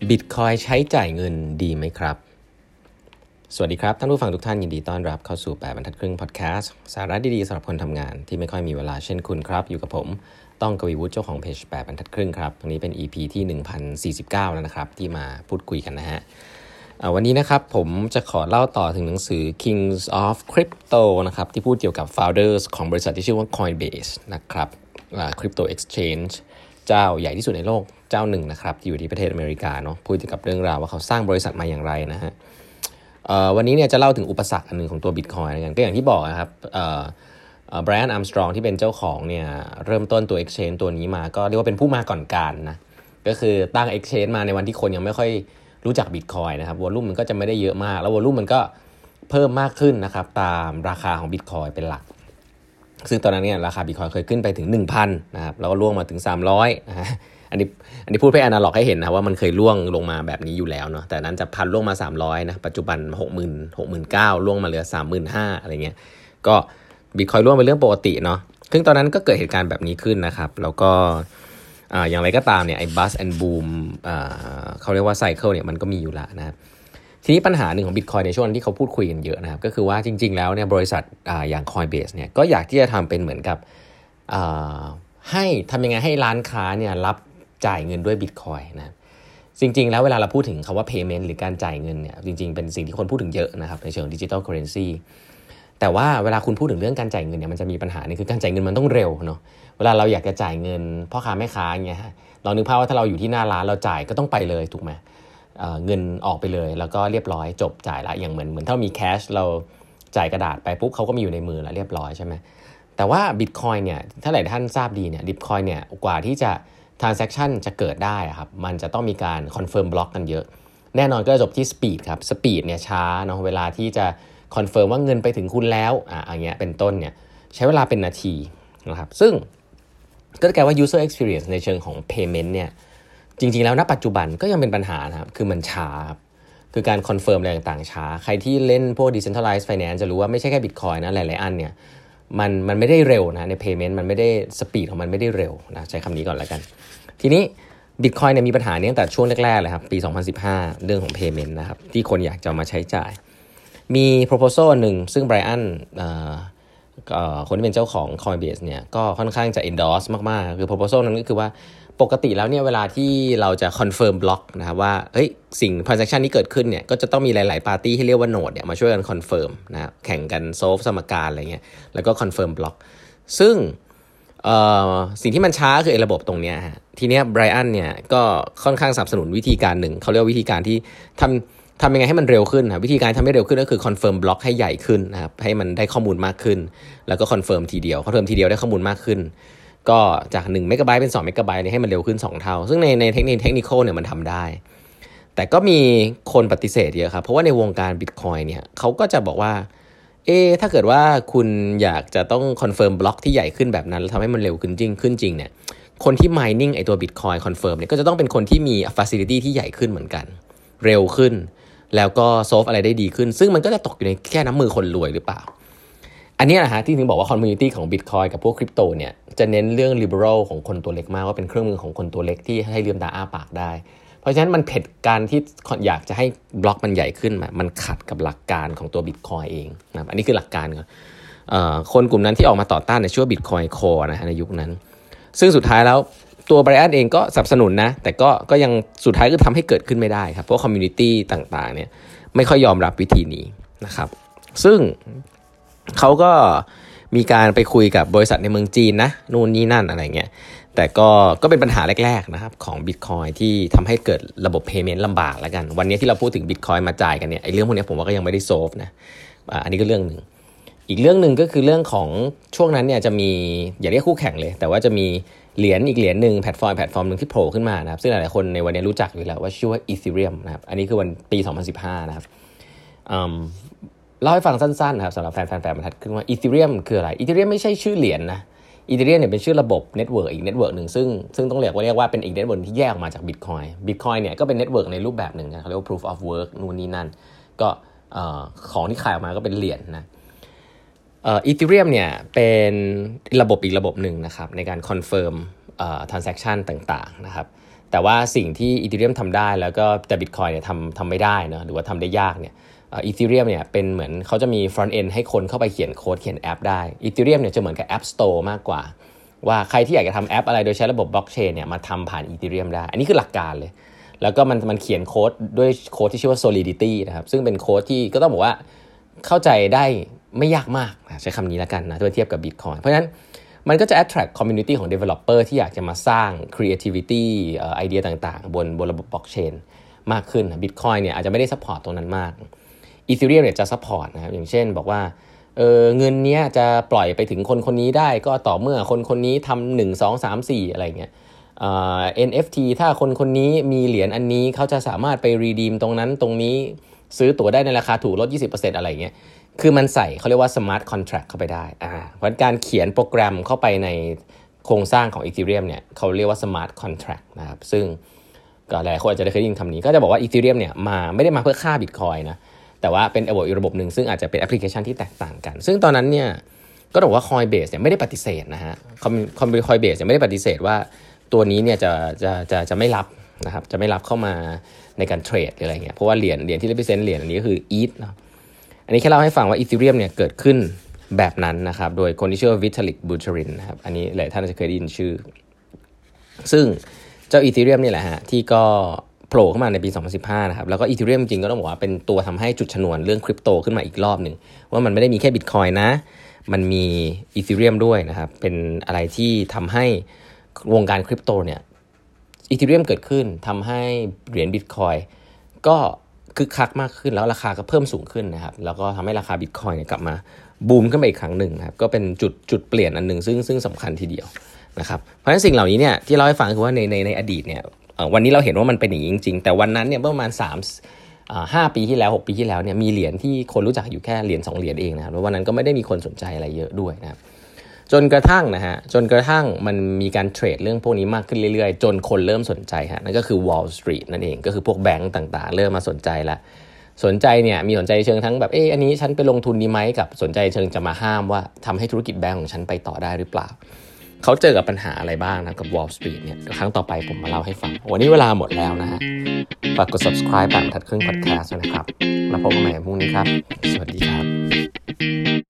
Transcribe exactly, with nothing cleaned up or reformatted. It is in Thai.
Bitcoin ใช้จ่ายเงินดีไหมครับสวัสดีครับท่านผู้ฟังทุกท่านยินดีต้อนรับเข้าสู่แปดบรรทัดครึ่งพอดแคสต์สาระดีๆสำหรับคนทำงานที่ไม่ค่อยมีเวลาเช่นคุณครับอยู่กับผมต้องกวีวุฒิเจ้าของเพจแปดบรรทัดครึ่งครับวันนี้เป็น อี พี ที่หนึ่งพันสี่สิบเก้าแล้วนะครับที่มาพูดคุยกันนะฮะวันนี้นะครับผมจะขอเล่าต่อถึงหนังสือ Kings of Crypto นะครับที่พูดเกี่ยวกับ founders ของบริษัทที่ชื่อว่า Coinbase นะครับ Crypto Exchange เจ้าใหญ่ที่สุดในโลกเจ้าหนึ่งนะครับที่อยู่ที่ประเทศอเมริกาเนาะพูดเกี่ยวกับเรื่องราวว่าเขาสร้างบริษัทมาอย่างไรนะฮะวันนี้เนี่ยจะเล่าถึงอุปสรรคอันนึงของตัว Bitcoin กันก็อย่างที่บอกนะครับไบรอัน อาร์มสตรองที่เป็นเจ้าของเนี่ยเริ่มต้นตัว Exchange ตัวนี้มาก็เรียกว่าเป็นผู้มาก่อนการนะก็คือตั้ง Exchange มาในวันที่คนยังไม่ค่อยรู้จัก Bitcoin นะครับวอลลุ่มมันก็จะไม่ได้เยอะมากแล้ววอลลุ่มมันก็เพิ่มมากขึ้นนะครับตามราคาของ Bitcoin เป็นหลักซึ่งตอนนั้นเนี่ยราคา Bitcoin เคยขึ้นไปถึง หนึ่งพัน นะครับแล้วก็ร่วงมาถึงสามร้อยนะฮะอันนี้อันนี้พูดเพื่อ analog ให้เห็นนะว่ามันเคยร่วงลงมาแบบนี้อยู่แล้วเนาะแต่นั้นจะพันร่วงมาสามร้อยนะปัจจุบัน หกหมื่น หกหมื่นเก้าพัน ร่วงมาเหลือ สามหมื่นห้าพัน อะไรเงี้ยก็ Bitcoin ร่วงเป็นเรื่องปกติเนาะซึ่งตอนนั้นก็เกิดเหตุการณ์แบบนี้ขึ้นนะครับแล้วก็อ่าอย่างไรก็ตามเนี่ยไอ้ bust and boom อ่าเขาเรียกว่า cycle เนี่ยมันก็มีอยู่แล้วนะครับทีนี้ปัญหาหนึ่งของ Bitcoin ในช่วงที่เขาพูดคุยกันเยอะนะครับก็คือว่าจริงๆแล้วเนี่ยบริษัทอ่าอย่าง Coinbase เนี่ยก็อยากที่จะทำเป็นเหมือนกับอ่าให้ทำยังไงให้ร้านค้าเนี่ยรับจ่ายเงินด้วย Bitcoin นะจริงๆแล้วเวลาเราพูดถึงคำว่า payment หรือการจ่ายเงินเนี่ยจริงๆเป็นสิ่งที่คนพูดถึงเยอะนะครับในเชิง digital currency แต่ว่าเวลาคุณพูดถึงเรื่องการจ่ายเงินเนี่ยมันจะมีปัญหานี่คือการจ่ายเงินมันต้องเร็วเนาะเวลาเราอยากจะจ่ายเงินพ่อค้าแม่ค้าอย่างเงี้ยเรานึกภาพว่าถ้าเราอยู่ที่หน้าร้านเราจ่ายก็ต้องไปเลยถูกไหมเอ่อเงินออกไปเลยแล้วก็เรียบร้อยจบจ่ายละอย่างเหมือนเหมือนถ้ามีแคชเราจ่ายกระดาษไปปุ๊บเขาก็มีอยู่ในมือแล้วเรียบร้อยใช่ไหมแต่ว่า Bitcoin เนี่ยถ้าหลายท่านทราบดีเนี่ย Bitcoin เนี่ยกว่าที่จะ transaction จะเกิดได้ครับมันจะต้องมีการ confirm block กันเยอะแน่นอนก็จบที่ speed ครับ speed เนี่ยช้าเนาะเวลาที่จะคอนเฟิร์มว่าเงินไปถึงคุณแล้วอ่ะอย่างเงี้ยเป็นต้นเนี่ยใช้เวลาเป็นนาทีนะครับซึ่งก็จะกลายว่า user experience ในเชิงของ payment เนี่ยจริงๆแล้วณปัจจุบันก็ยังเป็นปัญหานะครับคือมันช้าครับคือการคอนเฟิร์มอะไรต่างๆช้าใครที่เล่นพวก decentralized finance จะรู้ว่าไม่ใช่แค่ Bitcoin นะหลายๆอันเนี่ยมันมันไม่ได้เร็วนะใน payment มันไม่ได้ speed ของมันไม่ได้เร็วนะใช้คำนี้ก่อนแล้วกันทีนี้ Bitcoin เนี่ยมีปัญหานี้ตั้งแต่ช่วงแรกๆเลยครับปีสองพันสิบห้าเรื่องของ payment นะครับที่คนอยากจะมาใช้จ่ายมี proposal หนึ่งซึ่งไบรอันคนที่เป็นเจ้าของ Coinbase เนี่ยก็ค่อนข้างจะ endorse มากๆคือ proposal นั้นก็คือว่าปกติแล้วเนี่ยเวลาที่เราจะ confirm block นะครับว่าเฮ้ยสิ่ง transaction ที่เกิดขึ้นเนี่ยก็จะต้องมีหลายๆ party ที่เรียกว่า node เนี่ยมาช่วยกัน confirm นะแข่งกัน solve สมการอะไรเงี้ยแล้วก็ confirm block ซึ่งสิ่งที่มันช้าคือไอ้ระบบตรงเนี้ยฮะทีเนี้ยไบรอันเนี่ยก็ค่อนข้างสนับสนุนวิธีการหนึ่งเขาเรียกว่าวิธีการที่ทำทำยังไงให้มันเร็วขึ้นนะวิธีการทำให้เร็วขึ้นก็คือคอนเฟิร์มบล็อกให้ใหญ่ขึ้นนะครับให้มันได้ข้อมูลมากขึ้นแล้วก็คอนเฟิร์มทีเดียวคอนเฟิร์มทีเดียวได้ข้อมูลมากขึ้นก็จากหนึ่งเมกะไบต์เป็นสองเมกะไบต์เนี่ยให้มันเร็วขึ้นสองเท่าซึ่งในในเทคนิคเทคนิคเนี่ยมันทำได้แต่ก็มีคนปฏิเสธเยอะครับเพราะว่าในวงการ Bitcoin เนี่ยเขาก็จะบอกว่าเอ๊ะถ้าเกิดว่าคุณอยากจะต้องคอนเฟิร์มบล็อกที่ใหญ่ขึ้นแบบนั้นแล้วทำให้มันเร็วขึ้นจริงขึ้นจริงเนี่ยคนที่ mining ไอตัว Bitcoin confirm เนี่ยก็จะต้องเป็นคนที่มี facility ที่ใหญ่ขึ้นเหมือนกันเร็วขึ้นแล้วก็โซฟอะไรได้ดีขึ้นซึ่งมันก็จะตกอยู่ในแค่น้ำมือคนรวยหรือเปล่าอันนี้นะฮะที่ถึงบอกว่าคอมมูนิตี้ของ Bitcoin กับพวกคริปโตเนี่ยจะเน้นเรื่อง liberal ของคนตัวเล็กมากว่าเป็นเครื่องมือของคนตัวเล็กที่ให้ลืมตาอ้าปากได้เพราะฉะนั้นมันเผ็ดการที่อยากจะให้บล็อกมันใหญ่ขึ้นมันขัดกับหลักการของตัว Bitcoin เองนะอันนี้คือหลักการก่อนคนกลุ่มนั้นที่ออกมาต่อต้านในชื่อ Bitcoin Core นะฮะในยุคนั้นซึ่งสุดท้ายแล้วตัวไบรอันเองก็สนับสนุนนะแต่ก็ก็ยังสุดท้ายก็ทำให้เกิดขึ้นไม่ได้ครับเพราะคอมมูนิตี้ต่างๆเนี่ยไม่ค่อยยอมรับวิธีนี้นะครับซึ่งเขาก็มีการไปคุยกับบริษัทในเมืองจีนนะนู่นนี่นั่นอะไรเงี้ยแต่ก็ก็เป็นปัญหาแรกๆนะครับของ Bitcoin ที่ทำให้เกิดระบบ payment ลำบากแล้วกันวันนี้ที่เราพูดถึง Bitcoin มาจ่ายกันเนี่ยไอ้เรื่องพวกนี้ผมว่าก็ยังไม่ได้โซฟนะอันนี้ก็เรื่องนึงอีกเรื่องนึงก็คือเรื่องของช่วงนั้นเนี่ยจะมีอย่าเรียกคู่แข่งเลยแต่ว่าจะมีเหรียญอีกเหรียญหนึ่งแพลตฟอร์มแพลตฟอร์มนึงที่โผล่ขึ้นมานะครับซึ่งหลายๆคนในวันนี้รู้จักอยู่แล้วว่าชื่อว่า Ethereum นะครับอันนี้คือวันปีสองพันสิบห้านะครับเล่าให้ฟังสั้นๆนะครับสำหรับแฟนๆแฟนบรรทัดขึ้นว่า Ethereum คืออะไร Ethereum ไม่ใช่ชื่อเหรียญนะ Ethereum เนี่ยเป็นชื่อระบบเน็ตเวิร์กอีกเน็ตเวิร์กนึงซึ่งซึ่งต้องเรียกว่าเรียกว่าเป็นอีกเน็ตเวิร์กที่แยกออกมาจาก Bitcoin Bitcoin เนี่ยก็เป็นเน็ตเวิร์กในรูปแบบนึงนะเขาเรียกว่า proof of work นู่นนี่นั่นก็ของที่ขายออกมาก็เป็นเหรียญนะเอ่อ Ethereum เนี่ยเป็นระบบอีกระบบหนึ่งนะครับในการคอนเฟิร์มเอ่อ transaction ต่างๆนะครับแต่ว่าสิ่งที่อีเธเรียมทำได้แล้วก็แต่ Bitcoin เนี่ยทำทำไม่ได้นะหรือว่าทำได้ยากเนี่ยอีเธเรียมเนี่ยเป็นเหมือนเขาจะมี front end ให้คนเข้าไปเขียนโค้ดเขียนแอปได้อีเธเรียมเนี่ยจะเหมือนกับ App Store มากกว่าว่าใครที่อยากจะทำแอปอะไรโดยใช้ระบบบล็อกเชนเนี่ยมาทำผ่านอีเธเรียมได้อันนี้คือหลักการเลยแล้วก็มันมันเขียนโค้ดด้วยโค้ดที่ชื่อว่า Solidity นะครับซึ่งเป็นโค้ดที่ก็ต้องบอกว่าเข้าใจได้ไม่ยากมากใช้คำนี้แล้วกันนะเทียบกับ Bitcoin เพราะฉะนั้นมันก็จะ attract community ของ developer ที่อยากจะมาสร้าง creativity เอ่อไอเดียต่างๆบนบนระบบบล็อกเชนมากขึ้น Bitcoin เนี่ยอาจจะไม่ได้ support ตรงนั้นมาก Ethereum เนี่ยจะ support นะครับอย่างเช่นบอกว่าเออเงินเนี้ยจะปล่อยไปถึงคนคนนี้ได้ก็ต่อเมื่อคนคนนี้ทำหนึ่ง สอง สาม สี่อะไรเงี้ยเอ่อ เอ็น เอฟ ที ถ้าคนคนนี้มีเหรียญอันนี้เขาจะสามารถไป redeem ตรงนั้นตรงนี้ซื้อตั๋วได้ในราคาถูกลด ยี่สิบเปอร์เซ็นต์ อะไรเงี้ยคือมันใส่เขาเรียกว่า smart contract เข้าไปได้อ่าเพราะการเขียนโปรแกรมเข้าไปในโครงสร้างของ Ethereum เนี่ยเขาเรียกว่า smart contract นะครับซึ่งก็หลายคนอาจจะได้เคยได้ยินคำนี้ก็จะบอกว่า Ethereum เนี่ยมาไม่ได้มาเพื่อฆ่า Bitcoin นะแต่ว่าเป็นระบบอีกระบบหนึ่งซึ่งอาจจะเป็นแอปพลิเคชันที่แตกต่างกันซึ่งตอนนั้นเนี่ยก็บอกว่า Coinbase เนี่ยไม่ได้ปฏิเสธนะฮะ Coinbase เนี่ยไม่ได้ปฏิเสธว่าตัวนี้เนี่ยจะจะจะจะไม่รับนะครับจะไม่รับเข้ามาในการเทรดหรืออะไรเงี้ยเพราะว่าเหรียญเหรียญที่ represent เหรียญอันนี้ก็คือ อี ที เอช เนาะอันนี้แค่เล่าให้ฟังว่า Ethereum เนี่ยเกิดขึ้นแบบนั้นนะครับโดยคนที่ชื่อว่า Vitalik Buterin นะครับอันนี้หลายท่านอาจจะเคยได้ยินชื่อซึ่งเจ้า Ethereum นี่แหละฮะที่ก็โผล่เข้ามาในปีสองพันสิบห้านะครับแล้วก็ Ethereum จริงๆก็ต้องบอกว่าเป็นตัวทำให้จุดชนวนเรื่องคริปโตขึ้นมาอีกรอบหนึ่งว่ามันไม่ได้มีแค่ Bitcoin นะมันมี Ethereum ด้วยนะครับเป็นอะไรที่ทำให้วงการคริปโตเนี่ยEthereum เกิดขึ้นทำให้เหรียญ Bitcoin ก็คึกคักมากขึ้นแล้วราคาก็เพิ่มสูงขึ้นนะครับแล้วก็ทำให้ราคา Bitcoin เนี่ยกลับมาบูมขึ้นไปอีกครั้งหนึ่งนะครับก็เป็นจุดจุดเปลี่ยนอันหนึ่งซึ่งซึ่งสำคัญทีเดียวนะครับเพราะฉะนั้นสิ่งเหล่านี้เนี่ยที่เล่าให้ฟังคือว่าในในในอดีตเนี่ยวันนี้เราเห็นว่ามันเป็นอย่างนี้จริงๆแต่วันนั้นเนี่ยประมาณสามอ่าห้าปีที่แล้วหกปีที่แล้วเนี่ยมีเหรียญที่คนรู้จักอยู่แค่เหรียญสองเหรียญเองนะครับแล้ววันนั้นก็ไม่ได้มีคนสนใจอะไรเยอะด้วยนะครับจนกระทั่งนะฮะจนกระทั่งมันมีการเทรดเรื่องพวกนี้มากขึ้นเรื่อยๆจนคนเริ่มสนใจฮะนั่นก็คือ Wall Street นั่นเองก็คือพวกแบงก์ต่างๆเริ่มมาสนใจละสนใจเนี่ยมีสนใจเชิงทั้งแบบเอออันนี้ฉันไปลงทุนดีไหมกับสนใจเชิงจะมาห้ามว่าทำให้ธุรกิจแบงก์ของฉันไปต่อได้หรือเปล่าเขาเจอกับปัญหาอะไรบ้างนะกับ Wall Street เนี่ยครั้งต่อไปผมมาเล่าให้ฟังวันนี้เวลาหมดแล้วนะฮะฝากกด subscribe แบบทัดครึ่ง podcast ด้วยนะครับแล้วพบกันใหม่พรุ่งนี้ครับสวัสดีครับ